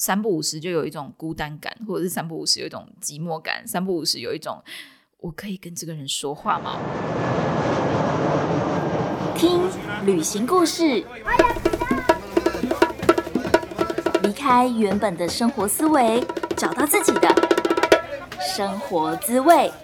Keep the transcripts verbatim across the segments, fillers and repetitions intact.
三不五时就有一种孤单感，或者是三不五时有一种寂寞感，三不五时有一种我可以跟这个人说话吗？ 听旅行故事，离开原本的生活思维，找到自己的生活滋味。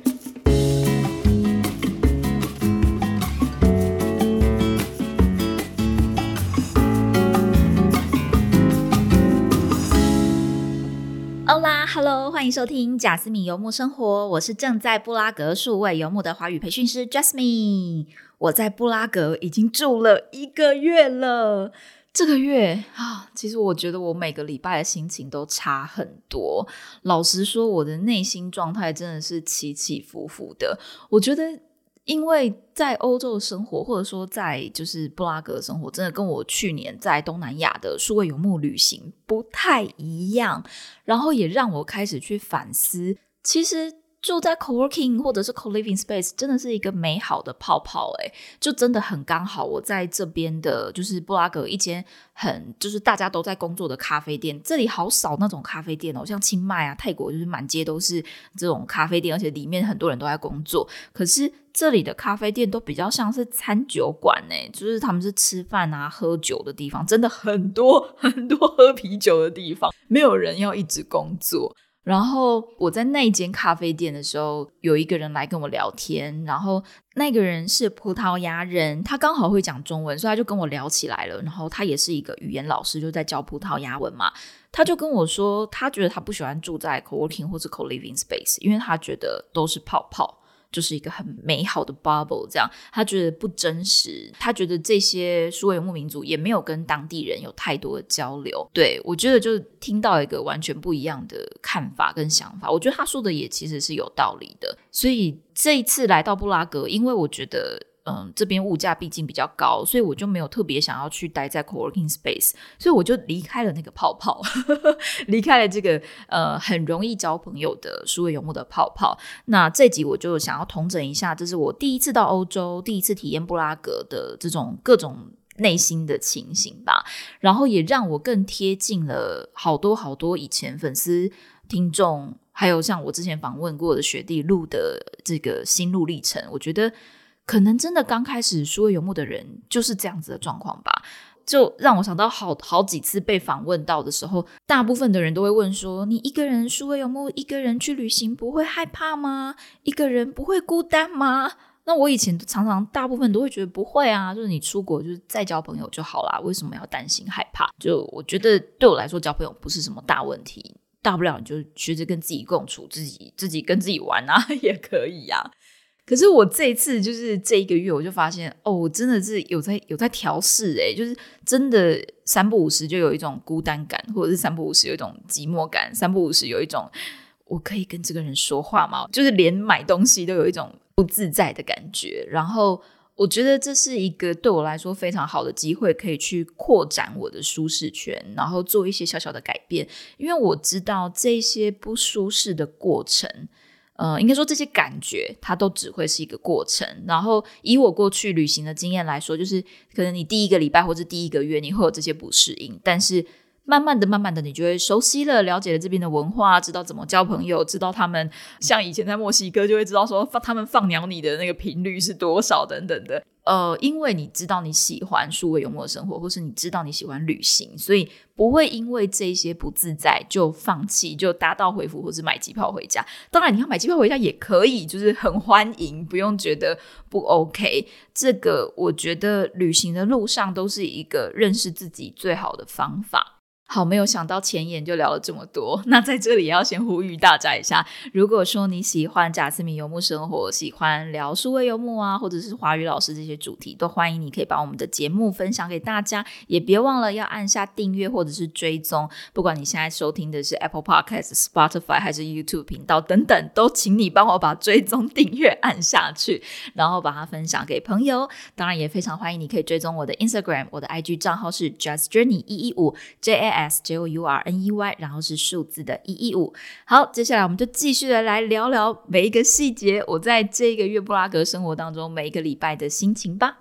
Hola Hello 欢迎收听贾斯敏游牧生活，我是正在布拉格数位游牧的华语培训师 Jasmine。 我在布拉格已经住了一个月了，这个月啊，其实我觉得我每个礼拜的心情都差很多，老实说我的内心状态真的是起起伏伏的。我觉得因为在欧洲的生活，或者说在就是布拉格的生活，真的跟我去年在东南亚的数位游牧旅行不太一样，然后也让我开始去反思，其实住在 coworking 或者是 co-living space 真的是一个美好的泡泡欸，就真的很刚好我在这边的就是布拉格一间很就是大家都在工作的咖啡店，这里好少那种咖啡店哦，像清迈啊泰国就是满街都是这种咖啡店，而且里面很多人都在工作，可是这里的咖啡店都比较像是餐酒馆欸，就是他们是吃饭啊喝酒的地方，真的很多很多喝啤酒的地方，没有人要一直工作。然后我在那间咖啡店的时候，有一个人来跟我聊天，然后那个人是葡萄牙人，他刚好会讲中文，所以他就跟我聊起来了。然后他也是一个语言老师，就在教葡萄牙文嘛。他就跟我说，他觉得他不喜欢住在 coworking 或是 co-living space， 因为他觉得都是泡泡，就是一个很美好的 bubble， 这样他觉得不真实，他觉得这些数位游牧民族也没有跟当地人有太多的交流。对，我觉得就听到一个完全不一样的看法跟想法，我觉得他说的也其实是有道理的。所以这一次来到布拉格，因为我觉得嗯，这边物价毕竟比较高，所以我就没有特别想要去待在 coworking space， 所以我就离开了那个泡泡离开了这个呃很容易交朋友的数位游牧的泡泡。那这集我就想要统整一下，这是我第一次到欧洲，第一次体验布拉格的这种各种内心的情形吧，然后也让我更贴近了好多好多以前粉丝听众还有像我之前访问过的学弟录的这个心路历程。我觉得可能真的刚开始数位游牧的人就是这样子的状况吧，就让我想到好好几次被访问到的时候，大部分的人都会问说，你一个人数位游牧一个人去旅行不会害怕吗？一个人不会孤单吗？那我以前常常大部分都会觉得不会啊，就是你出国就是再交朋友就好啦，为什么要担心害怕？就我觉得对我来说交朋友不是什么大问题，大不了你就学着跟自己共处，自己自己跟自己玩啊也可以啊。可是我这一次就是这一个月我就发现哦，我真的是有在有在调试欸，就是真的三不五时就有一种孤单感，或者是三不五时有一种寂寞感，三不五时有一种我可以跟这个人说话吗？就是连买东西都有一种不自在的感觉。然后我觉得这是一个对我来说非常好的机会，可以去扩展我的舒适圈，然后做一些小小的改变。因为我知道这些不舒适的过程呃，应该说这些感觉它都只会是一个过程，然后以我过去旅行的经验来说，就是可能你第一个礼拜或者第一个月你会有这些不适应，但是慢慢的慢慢的你就会熟悉了，了解了这边的文化，知道怎么交朋友，知道他们像以前在墨西哥就会知道说他们放鸟你的那个频率是多少等等的。呃，因为你知道你喜欢数位游牧的生活，或是你知道你喜欢旅行，所以不会因为这些不自在就放弃，就打道回府或是买机票回家。当然你要买机票回家也可以，就是很欢迎，不用觉得不 OK。 这个我觉得旅行的路上都是一个认识自己最好的方法。好，没有想到前言就聊了这么多，那在这里也要先呼吁大家一下，如果说你喜欢贾斯敏游牧生活，喜欢聊数位游牧啊，或者是华语老师这些主题，都欢迎你可以把我们的节目分享给大家，也别忘了要按下订阅或者是追踪，不管你现在收听的是 Apple Podcast、Spotify 还是 YouTube 频道等等，都请你帮我把追踪订阅按下去，然后把它分享给朋友。当然也非常欢迎你可以追踪我的 Instagram， 我的 I G 账号是 JourNey 一一五 J A S J O U R N E Y， 然后是数字的一一五。好，接下来我们就继续的来聊聊每一个细节，我在这个月布拉格生活当中每一个礼拜的心情吧。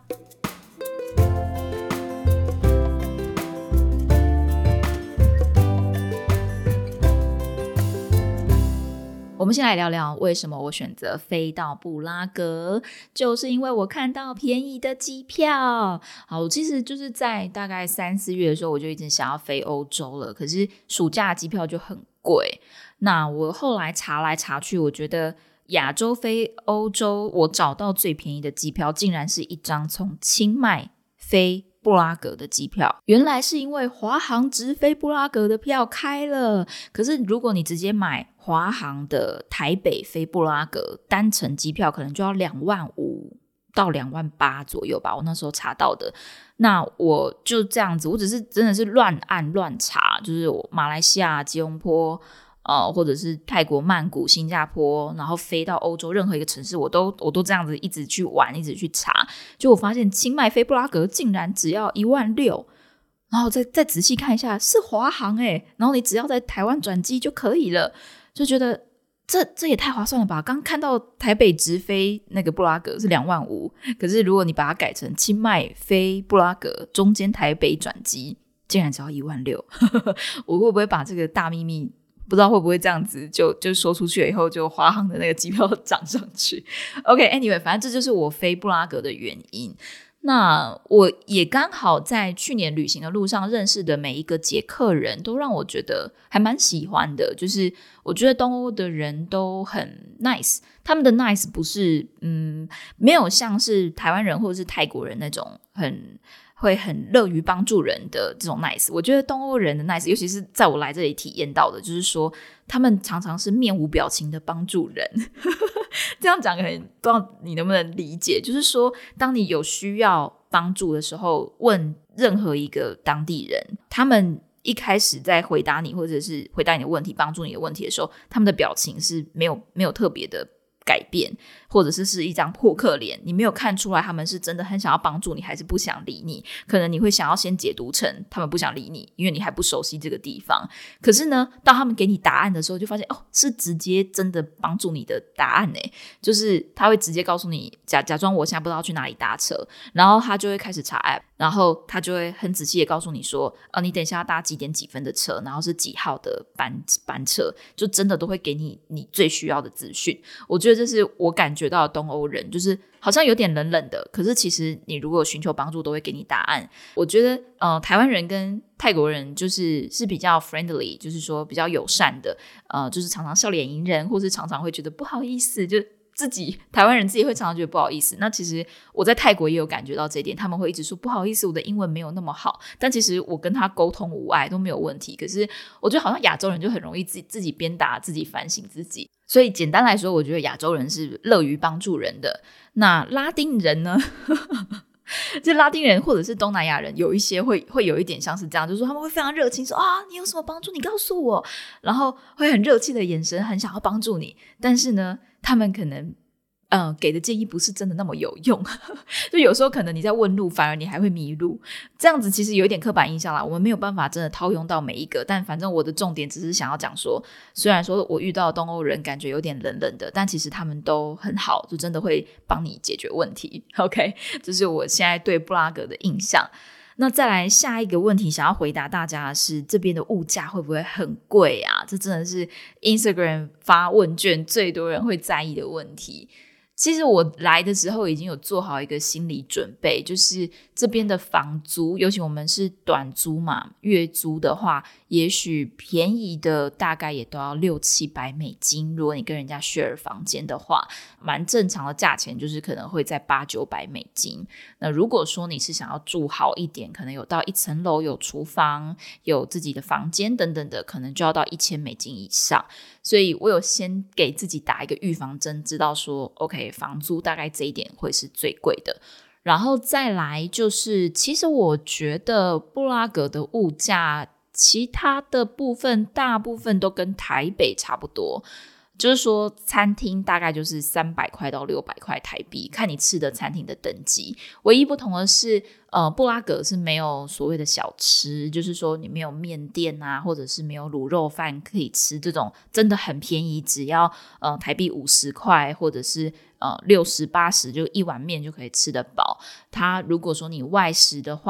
我们先来聊聊为什么我选择飞到布拉格，就是因为我看到便宜的机票。好，我其实就是在大概三四月的时候，我就一直想要飞欧洲了，可是暑假机票就很贵。那我后来查来查去，我觉得亚洲飞欧洲，我找到最便宜的机票，竟然是一张从清迈飞布拉格的机票。原来是因为华航直飞布拉格的票开了，可是如果你直接买华航的台北飞布拉格单程机票，可能就要两万五到两万八左右吧，我那时候查到的。那我就这样子，我只是真的是乱按乱查，就是我马来西亚吉隆坡呃，或者是泰国曼谷、新加坡，然后飞到欧洲任何一个城市，我都我都这样子一直去玩，一直去查。就我发现清迈飞布拉格竟然只要一万六，然后再再仔细看一下是华航欸，然后你只要在台湾转机就可以了，就觉得这这也太划算了吧！刚看到台北直飞那个布拉格是两万五，可是如果你把它改成清迈飞布拉格，中间台北转机竟然只要一万六，我会不会把这个大秘密？不知道会不会这样子就就说出去了以后，就华航的那个机票涨上去。OK，anyway， 反正这就是我飞布拉格的原因。那我也刚好在去年旅行的路上认识的每一个捷克人都让我觉得还蛮喜欢的，就是我觉得东欧的人都很 nice， 他们的 nice 不是嗯没有像是台湾人或者是泰国人那种很会很乐于帮助人的这种 nice。 我觉得东欧人的 nice， 尤其是在我来这里体验到的，就是说他们常常是面无表情的帮助人这样讲可能不知道你能不能理解，就是说当你有需要帮助的时候，问任何一个当地人，他们一开始在回答你或者是回答你的问题帮助你的问题的时候，他们的表情是没有没有特别的改变，或者是是一张破克脸，你没有看出来他们是真的很想要帮助你还是不想理你，可能你会想要先解读成他们不想理你，因为你还不熟悉这个地方。可是呢，当他们给你答案的时候，就发现哦，是直接真的帮助你的答案耶，就是他会直接告诉你，假假装我现在不知道去哪里搭车，然后他就会开始查 app， 然后他就会很仔细的告诉你说，呃，你等一下要搭几点几分的车，然后是几号的班班车，就真的都会给你你最需要的资讯。我觉得这是我感觉到的东欧人，就是好像有点冷冷的，可是其实你如果寻求帮助都会给你答案。我觉得呃，台湾人跟泰国人就是是比较 friendly， 就是说比较友善的，呃，就是常常笑脸迎人，或是常常会觉得不好意思，就自己台湾人自己会常常觉得不好意思。那其实我在泰国也有感觉到这一点，他们会一直说不好意思，我的英文没有那么好，但其实我跟他沟通无碍都没有问题。可是我觉得好像亚洲人就很容易自己自己鞭打自己，反省自己。所以简单来说，我觉得亚洲人是乐于帮助人的。那拉丁人呢这拉丁人或者是东南亚人有一些会会有一点像是这样，就是说他们会非常热情说啊，你有什么帮助你告诉我，然后会很热气的眼神，很想要帮助你，但是呢他们可能呃，给的建议不是真的那么有用就有时候可能你在问路反而你还会迷路，这样子其实有一点刻板印象啦，我们没有办法真的套用到每一个，但反正我的重点只是想要讲说，虽然说我遇到的东欧人感觉有点冷冷的，但其实他们都很好，就真的会帮你解决问题。 OK， 这是我现在对布拉格的印象。那再来下一个问题想要回答大家的是，这边的物价会不会很贵啊？这真的是 Instagram 发问卷最多人会在意的问题。其实我来的时候已经有做好一个心理准备，就是这边的房租，尤其我们是短租嘛，月租的话也许便宜的大概也都要六七百美金，如果你跟人家 share 房间的话，蛮正常的价钱就是可能会在八九百美金。那如果说你是想要住好一点，可能有到一层楼，有厨房，有自己的房间等等的，可能就要到一千美金以上。所以我有先给自己打一个预防针，知道说 OK， 房租大概这一点会是最贵的。然后再来就是其实我觉得布拉格的物价其他的部分大部分都跟台北差不多，就是说餐厅大概就是三百块到六百块台币，看你吃的餐厅的等级。唯一不同的是呃，布拉格是没有所谓的小吃，就是说你没有面店啊，或者是没有卤肉饭可以吃，这种真的很便宜，只要呃台币五十块或者是呃六十八十就一碗面就可以吃得饱。它如果说你外食的话，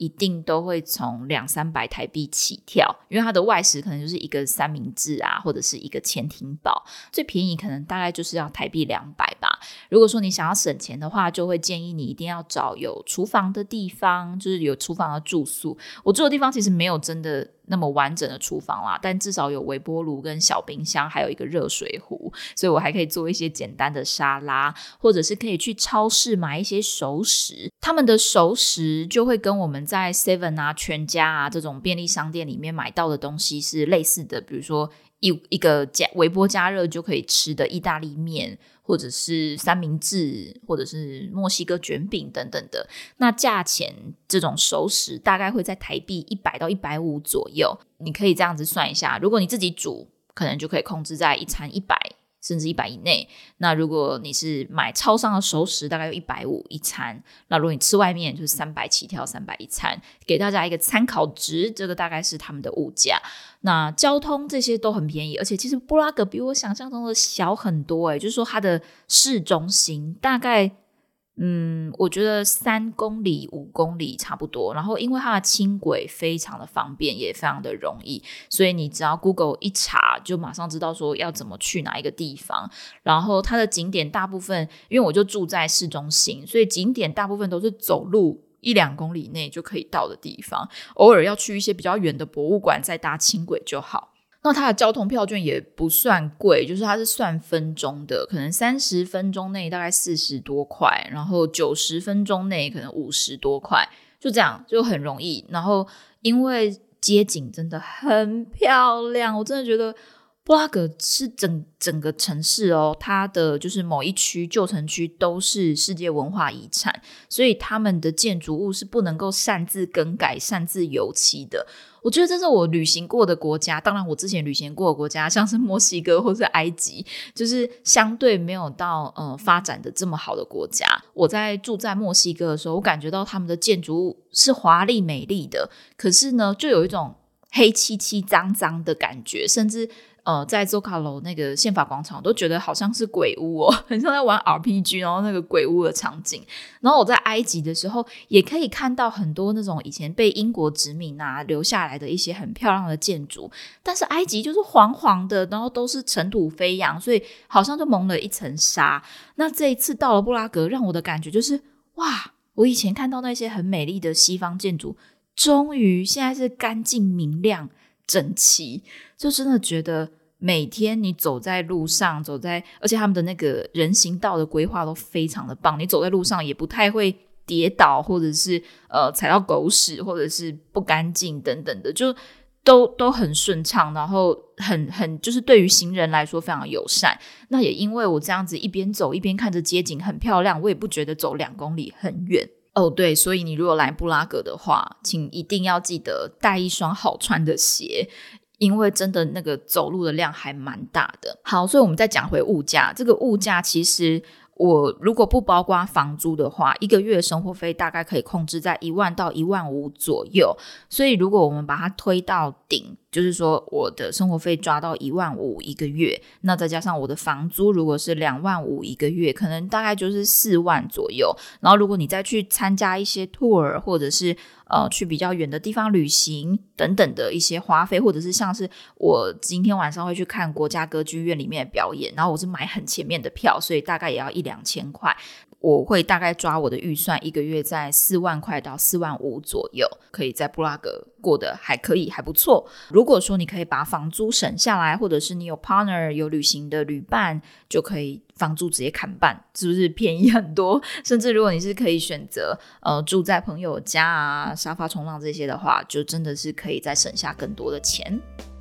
一定都会从两三百台币起跳，因为它的外食可能就是一个三明治啊，或者是一个潜艇堡，最便宜可能大概就是要台币两百吧。如果说你想要省钱的话，就会建议你一定要找有厨房的地方，就是有厨房的住宿。我住的地方其实没有真的那么完整的厨房啦，但至少有微波炉跟小冰箱，还有一个热水壶，所以我还可以做一些简单的沙拉，或者是可以去超市买一些熟食。他们的熟食就会跟我们在 seven 啊、全家啊这种便利商店里面买到的东西是类似的，比如说一一个加微波加热就可以吃的意大利面，或者是三明治，或者是墨西哥卷饼等等的。那价钱这种熟食大概会在台币一百到一百五十左右，你可以这样子算一下，如果你自己煮可能就可以控制在一餐一百甚至一百以内，那如果你是买超商的熟食大概有一百五十一餐，那如果你吃外面就是三百起跳，三百一餐，给大家一个参考值，这个大概是他们的物价。那交通这些都很便宜，而且其实布拉格比我想象中的小很多耶，就是说它的市中心大概嗯，我觉得三公里五公里差不多，然后因为它的轻轨非常的方便也非常的容易，所以你只要 Google 一查就马上知道说要怎么去哪一个地方。然后它的景点大部分，因为我就住在市中心，所以景点大部分都是走路一两公里内就可以到的地方，偶尔要去一些比较远的博物馆再搭轻轨就好。那它的交通票券也不算贵，就是它是算分钟的，可能三十分钟内大概四十多块，然后九十分钟内可能五十多块，就这样就很容易。然后因为街景真的很漂亮，我真的觉得布拉格是整整个城市哦，它的就是某一区旧城区都是世界文化遗产，所以他们的建筑物是不能够擅自更改擅自油漆的。我觉得这是我旅行过的国家，当然我之前旅行过的国家像是墨西哥或是埃及，就是相对没有到呃发展的这么好的国家。我在住在墨西哥的时候，我感觉到他们的建筑物是华丽美丽的，可是呢就有一种黑漆漆脏脏的感觉，甚至呃，在佐卡楼那个宪法广场我都觉得好像是鬼屋哦，很像在玩 R P G 然后那个鬼屋的场景。然后我在埃及的时候也可以看到很多那种以前被英国殖民啊留下来的一些很漂亮的建筑，但是埃及就是黄黄的，然后都是尘土飞扬，所以好像就蒙了一层纱。那这一次到了布拉格，让我的感觉就是哇，我以前看到那些很美丽的西方建筑终于现在是干净明亮整齐，就真的觉得每天你走在路上走在，而且他们的那个人行道的规划都非常的棒，你走在路上也不太会跌倒，或者是呃踩到狗屎，或者是不干净等等的，就都都很顺畅，然后很很就是对于行人来说非常友善。那也因为我这样子一边走一边看着街景很漂亮，我也不觉得走两公里很远。哦，对，所以你如果来布拉格的话，请一定要记得带一双好穿的鞋，因为真的那个走路的量还蛮大的。好，所以我们再讲回物价，这个物价其实我如果不包括房租的话，一个月的生活费大概可以控制在一万到一万五左右。所以如果我们把它推到顶，就是说我的生活费抓到一万五一个月，那再加上我的房租如果是两万五一个月，可能大概就是四万左右。然后如果你再去参加一些 tour 或者是呃去比较远的地方旅行等等的一些花费，或者是像是我今天晚上会去看国家歌剧院里面的表演，然后我是买很前面的票，所以大概也要一两千块，我会大概抓我的预算一个月在四万块到四万五左右，可以在布拉格过得还可以还不错。如果说你可以把房租省下来，或者是你有 partner 有旅行的旅伴，就可以房租直接砍半，是不是便宜很多？甚至如果你是可以选择呃住在朋友家啊沙发冲浪这些的话，就真的是可以再省下更多的钱。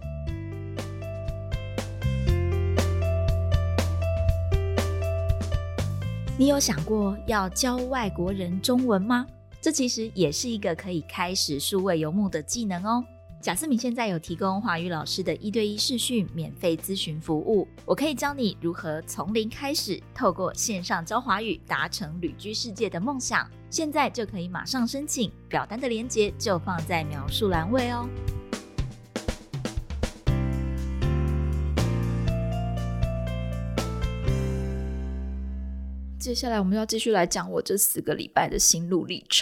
你有想过要教外国人中文吗？这其实也是一个可以开始数位游牧的技能哦。贾斯敏现在有提供华语老师的一对一视讯免费咨询服务，我可以教你如何从零开始，透过线上教华语达成旅居世界的梦想。现在就可以马上申请，表单的连结就放在描述栏位哦。 接下来我们要继续来讲我这四个礼拜的心路历程。第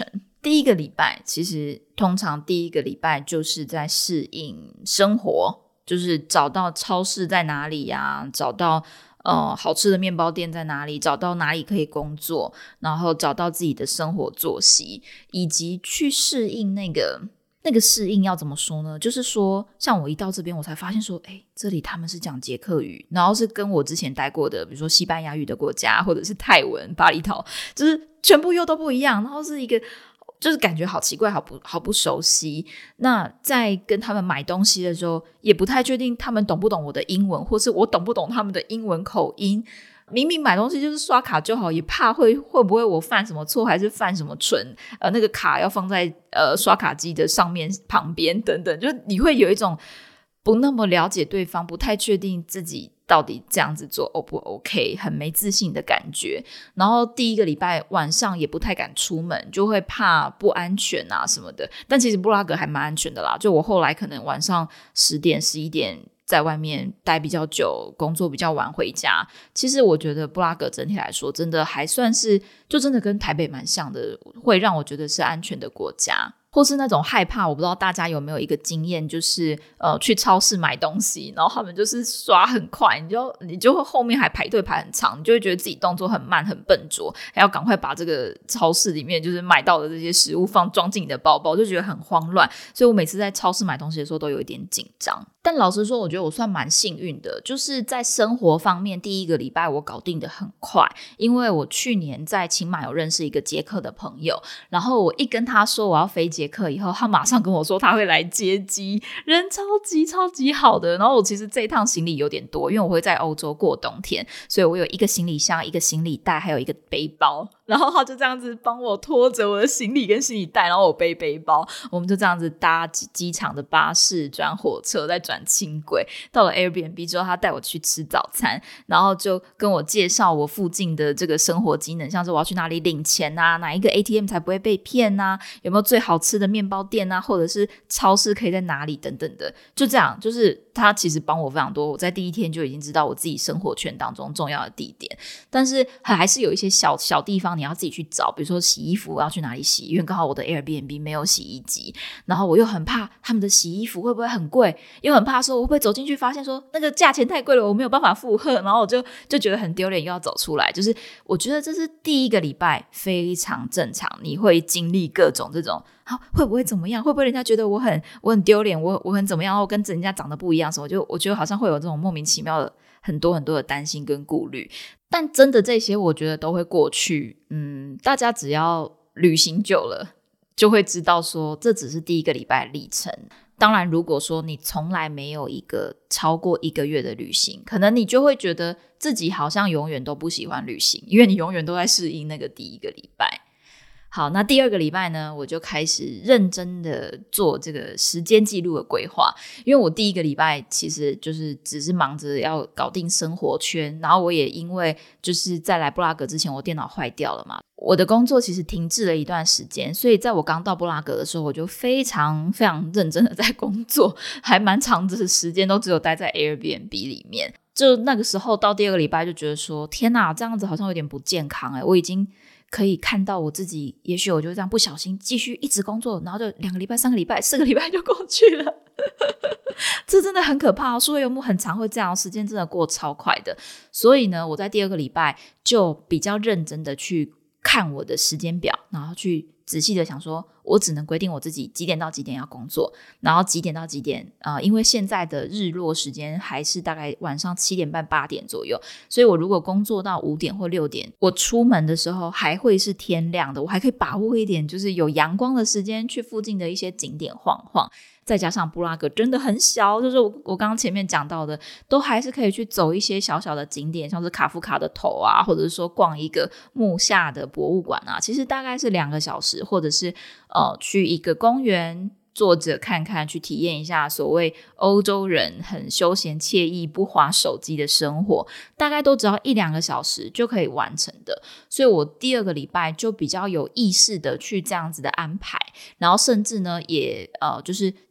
第一个礼拜其实通常第一个礼拜就是在适应生活，就是找到超市在哪里啊，找到呃好吃的面包店在哪里，找到哪里可以工作，然后找到自己的生活作息，以及去适应那个那个适应要怎么说呢，就是说像我一到这边我才发现说诶这里他们是讲捷克语，然后是跟我之前待过的比如说西班牙语的国家或者是泰文巴厘岛，就是全部又都不一样，然后是一个就是感觉好奇怪，好不好不熟悉。那在跟他们买东西的时候也不太确定他们懂不懂我的英文，或是我懂不懂他们的英文口音，明明买东西就是刷卡就好，也怕会会不会我犯什么错，还是犯什么蠢，呃，那个卡要放在呃刷卡机的上面旁边等等，就你会有一种不那么了解对方，不太确定自己到底这样子做 O 不 OK， 很没自信的感觉。然后第一个礼拜晚上也不太敢出门，就会怕不安全啊什么的。但其实布拉格还蛮安全的啦，就我后来可能晚上十点十一点在外面待比较久，工作比较晚回家，其实我觉得布拉格整体来说真的还算是就真的跟台北蛮像的，会让我觉得是安全的国家。或是那种害怕，我不知道大家有没有一个经验，就是呃去超市买东西，然后他们就是刷很快，你就你就会后面还排队排很长，你就会觉得自己动作很慢很笨拙，还要赶快把这个超市里面就是买到的这些食物放装进你的包包，就觉得很慌乱。所以我每次在超市买东西的时候都有一点紧张。但老实说我觉得我算蛮幸运的，就是在生活方面第一个礼拜我搞定的很快，因为我去年在清迈有认识一个捷克的朋友，然后我一跟他说我要飞捷克以后，他马上跟我说他会来接机，人超级超级好的。然后我其实这一趟行李有点多，因为我会在欧洲过冬天，所以我有一个行李箱，一个行李袋，还有一个背包，然后他就这样子帮我拖着我的行李跟行李袋，然后我背背包，我们就这样子搭机场的巴士转火车再转轻轨，到了 Airbnb 之后他带我去吃早餐，然后就跟我介绍我附近的这个生活机能，像是我要去哪里领钱啊，哪一个 A T M 才不会被骗啊，有没有最好吃的面包店啊，或者是超市可以在哪里等等的。就这样，就是他其实帮我非常多，我在第一天就已经知道我自己生活圈当中重要的地点，但是还是有一些小小地方你要自己去找，比如说洗衣服我要去哪里洗，因为刚好我的 Airbnb 没有洗衣机，然后我又很怕他们的洗衣服会不会很贵，又很怕说我会不会走进去发现说那个价钱太贵了我没有办法负荷，然后我就就觉得很丢脸又要走出来。就是我觉得这是第一个礼拜非常正常，你会经历各种这种啊，会不会怎么样，会不会人家觉得我很我很丢脸，我我很怎么样，然后跟人家长得不一样什么，就我觉得好像会有这种莫名其妙的很多很多的担心跟顾虑。但真的这些我觉得都会过去，嗯，大家只要旅行久了就会知道说这只是第一个礼拜的历程。当然如果说你从来没有一个超过一个月的旅行，可能你就会觉得自己好像永远都不喜欢旅行，因为你永远都在适应那个第一个礼拜。好，那第二个礼拜呢，我就开始认真的做这个时间记录的规划。因为我第一个礼拜其实就是只是忙着要搞定生活圈，然后我也因为就是在来布拉格之前我电脑坏掉了嘛，我的工作其实停滞了一段时间，所以在我刚到布拉格的时候我就非常非常认真的在工作，还蛮长的时间都只有待在 Airbnb 里面。就那个时候到第二个礼拜就觉得说天哪，这样子好像有点不健康耶，我已经可以看到我自己也许我就这样不小心继续一直工作，然后就两个礼拜三个礼拜四个礼拜就过去了这真的很可怕哦，数位游牧很常会这样，时间真的过超快的。所以呢我在第二个礼拜就比较认真的去看我的时间表，然后去仔细的想说我只能规定我自己几点到几点要工作，然后几点到几点呃，因为现在的日落时间还是大概晚上七点半八点左右，所以我如果工作到五点或六点，我出门的时候还会是天亮的，我还可以把握一点就是有阳光的时间去附近的一些景点晃晃。再加上布拉格真的很小，就是我我刚刚前面讲到的都还是可以去走一些小小的景点，像是卡夫卡的头啊，或者是说逛一个木下的博物馆啊，其实大概是两个小时，或者是呃去一个公园坐着看看，去体验一下所谓欧洲人很休闲惬意不滑手机的生活，大概都只要一两个小时就可以完成的。所以我第二个礼拜就比较有意识的去这样子的安排，然后甚至呢也呃就是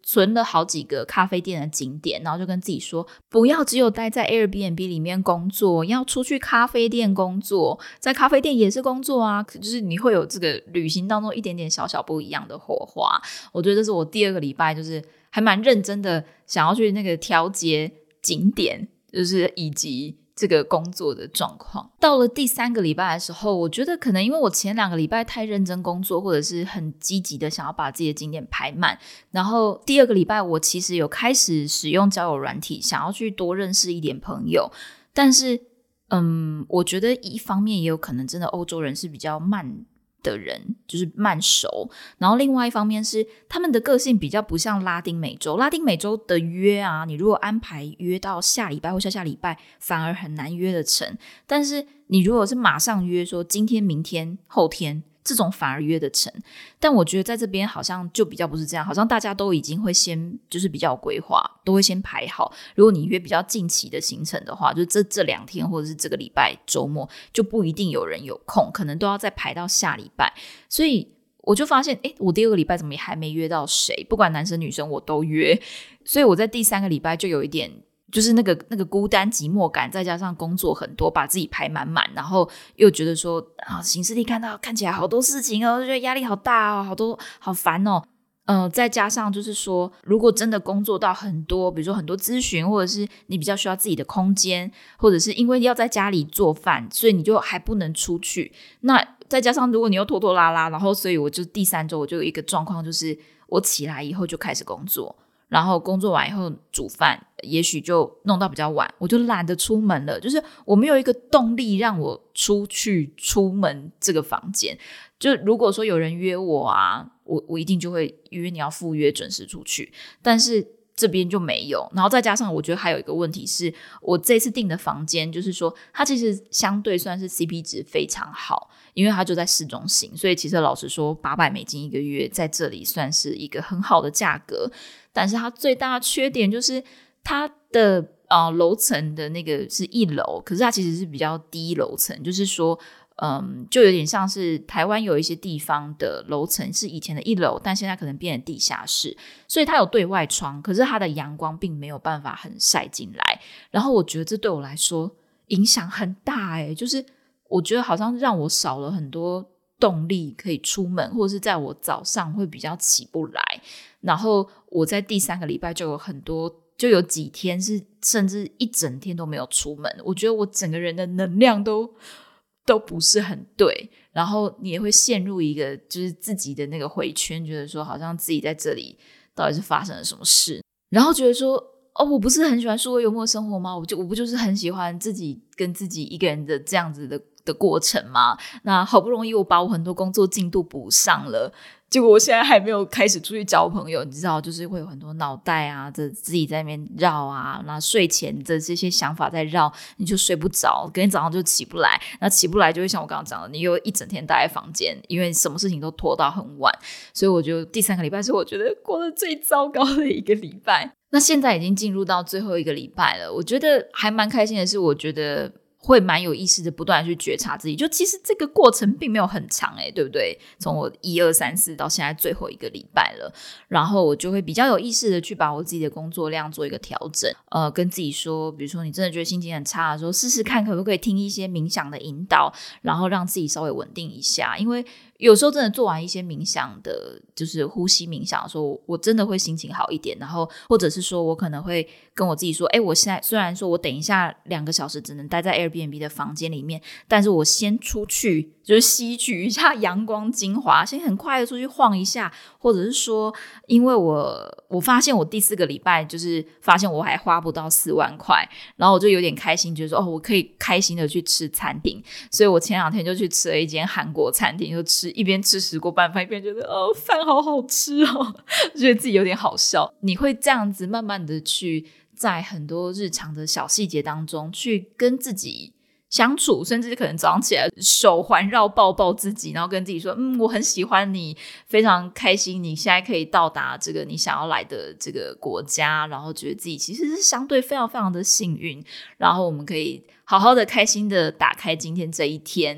存了好几个咖啡店的景点，然后就跟自己说不要只有待在 Airbnb 里面工作，要出去咖啡店工作，在咖啡店也是工作啊，就是你会有这个旅行当中一点点小小不一样的火花。我觉得这是我第二个礼拜就是还蛮认真的想要去那个调节景点，就是以及这个工作的状况。到了第三个礼拜的时候，我觉得可能因为我前两个礼拜太认真工作，或者是很积极的想要把自己的景点排满，然后第二个礼拜我其实有开始使用交友软体，想要去多认识一点朋友。但是嗯，我觉得一方面也有可能真的欧洲人是比较慢的人，就是慢熟，然后另外一方面是他们的个性比较不像拉丁美洲。拉丁美洲的约啊，你如果安排约到下礼拜或下下礼拜反而很难约得成，但是你如果是马上约说今天明天后天，这种反而约得成。但我觉得在这边好像就比较不是这样，好像大家都已经会先就是比较有规划，都会先排好。如果你约比较近期的行程的话，就这这两天或者是这个礼拜周末就不一定有人有空，可能都要再排到下礼拜。所以我就发现诶，我第二个礼拜怎么也还没约到谁，不管男生女生我都约。所以我在第三个礼拜就有一点就是那个那个孤单寂寞感，再加上工作很多，把自己排满满，然后又觉得说啊，行事历看到看起来好多事情哦，就觉得压力好大哦，好多好烦哦。呃，再加上就是说，如果真的工作到很多，比如说很多咨询，或者是你比较需要自己的空间，或者是因为要在家里做饭，所以你就还不能出去。那再加上如果你又拖拖拉拉，然后所以我就第三周我就有一个状况，就是我起来以后就开始工作。然后工作完以后煮饭，也许就弄到比较晚，我就懒得出门了。就是我没有一个动力让我出去出门这个房间。就如果说有人约我啊，我我一定就会约你要赴约准时出去，但是这边就没有。然后再加上我觉得还有一个问题是，我这次订的房间就是说它其实相对算是 C P 值非常好，因为它就在市中心，所以其实老实说八百美金一个月在这里算是一个很好的价格。但是它最大的缺点就是它的呃楼层的那个是一楼，可是它其实是比较低楼层，就是说嗯，就有点像是台湾有一些地方的楼层是以前的一楼，但现在可能变成地下室，所以它有对外窗，可是它的阳光并没有办法很晒进来。然后我觉得这对我来说影响很大耶，就是我觉得好像让我少了很多动力可以出门，或者是在我早上会比较起不来。然后我在第三个礼拜就有很多就有几天是甚至一整天都没有出门，我觉得我整个人的能量都都不是很对，然后你也会陷入一个就是自己的那个回圈，觉得说好像自己在这里到底是发生了什么事，然后觉得说哦，我不是很喜欢数位幽默生活吗？我就我不就是很喜欢自己跟自己一个人的这样子的的过程吗？那好不容易我把我很多工作进度补上了，结果我现在还没有开始出去交朋友，你知道就是会有很多脑袋啊这自己在那边绕啊，那睡前的这些想法在绕，你就睡不着，隔天早上就起不来，那起不来就会像我刚刚讲的，你又一整天待在房间，因为什么事情都拖到很晚。所以我觉得第三个礼拜是我觉得过得最糟糕的一个礼拜。那现在已经进入到最后一个礼拜了，我觉得还蛮开心的是，我觉得会蛮有意识的不断的去觉察自己，就其实这个过程并没有很长诶、欸、对不对？从我一二三四到现在最后一个礼拜了，然后我就会比较有意识的去把我自己的工作量做一个调整，呃，跟自己说，比如说你真的觉得心情很差的时候，试试看可不可以听一些冥想的引导，然后让自己稍微稳定一下。因为有时候真的做完一些冥想的就是呼吸冥想的时候，我真的会心情好一点，然后或者是说我可能会跟我自己说，诶，我现在虽然说我等一下两个小时只能待在 Airbnb 的房间里面，但是我先出去就是吸取一下阳光精华，先很快的出去晃一下，或者是说因为我我发现我第四个礼拜就是发现我还花不到四万块，然后我就有点开心，觉得说哦，我可以开心的去吃餐厅，所以我前两天就去吃了一间韩国餐厅，就吃一边吃石锅拌饭一边觉得哦饭好好吃哦，觉得自己有点好笑。你会这样子慢慢的去在很多日常的小细节当中去跟自己相处，甚至可能早上起来手环绕抱抱自己，然后跟自己说嗯，我很喜欢你，非常开心你现在可以到达这个你想要来的这个国家，然后觉得自己其实是相对非常非常的幸运，然后我们可以好好的开心的打开今天这一天。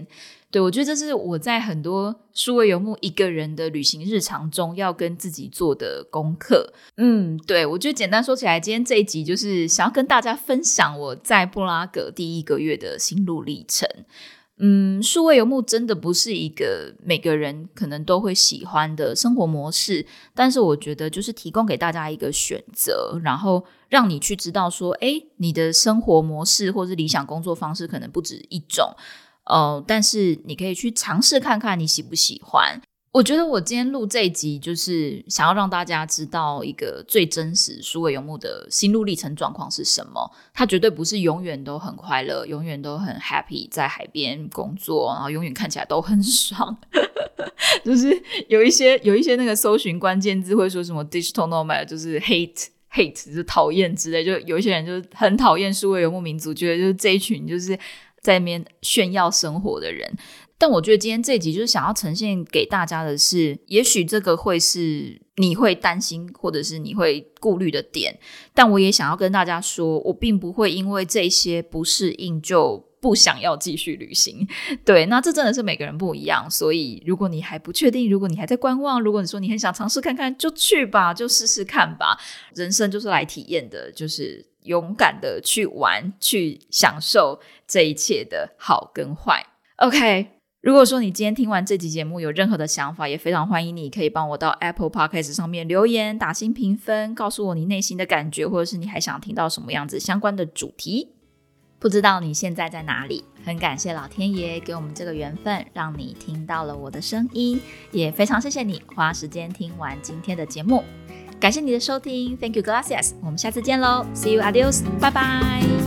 对，我觉得这是我在很多数位游牧一个人的旅行日常中要跟自己做的功课。嗯，对，我觉得简单说起来，今天这一集就是想要跟大家分享我在布拉格第一个月的心路历程。嗯，数位游牧真的不是一个每个人可能都会喜欢的生活模式，但是我觉得就是提供给大家一个选择，然后让你去知道说，诶，你的生活模式或是理想工作方式可能不止一种，呃，但是你可以去尝试看看你喜不喜欢。我觉得我今天录这一集就是想要让大家知道一个最真实数位游牧的心路历程状况是什么。它绝对不是永远都很快乐，永远都很 happy 在海边工作，然后永远看起来都很爽就是有一些有一些那个搜寻关键字会说什么 digital nomad 就是 hate hate 就是讨厌之类，就有一些人就很讨厌数位游牧民族，觉得就是这一群就是在那边炫耀生活的人。但我觉得今天这一集就是想要呈现给大家的是，也许这个会是你会担心或者是你会顾虑的点，但我也想要跟大家说，我并不会因为这些不适应就不想要继续旅行。对，那这真的是每个人不一样，所以如果你还不确定，如果你还在观望，如果你说你很想尝试看看，就去吧，就试试看吧。人生就是来体验的，就是勇敢的去玩，去享受这一切的好跟坏。 OK，如果说你今天听完这集节目有任何的想法，也非常欢迎你可以帮我到 Apple Podcast 上面留言打星评分，告诉我你内心的感觉，或者是你还想听到什么样子相关的主题。不知道你现在在哪里，很感谢老天爷给我们这个缘分，让你听到了我的声音，也非常谢谢你花时间听完今天的节目。感谢你的收听， Thank you, gracias， 我们下次见咯， See you, adios， 拜拜。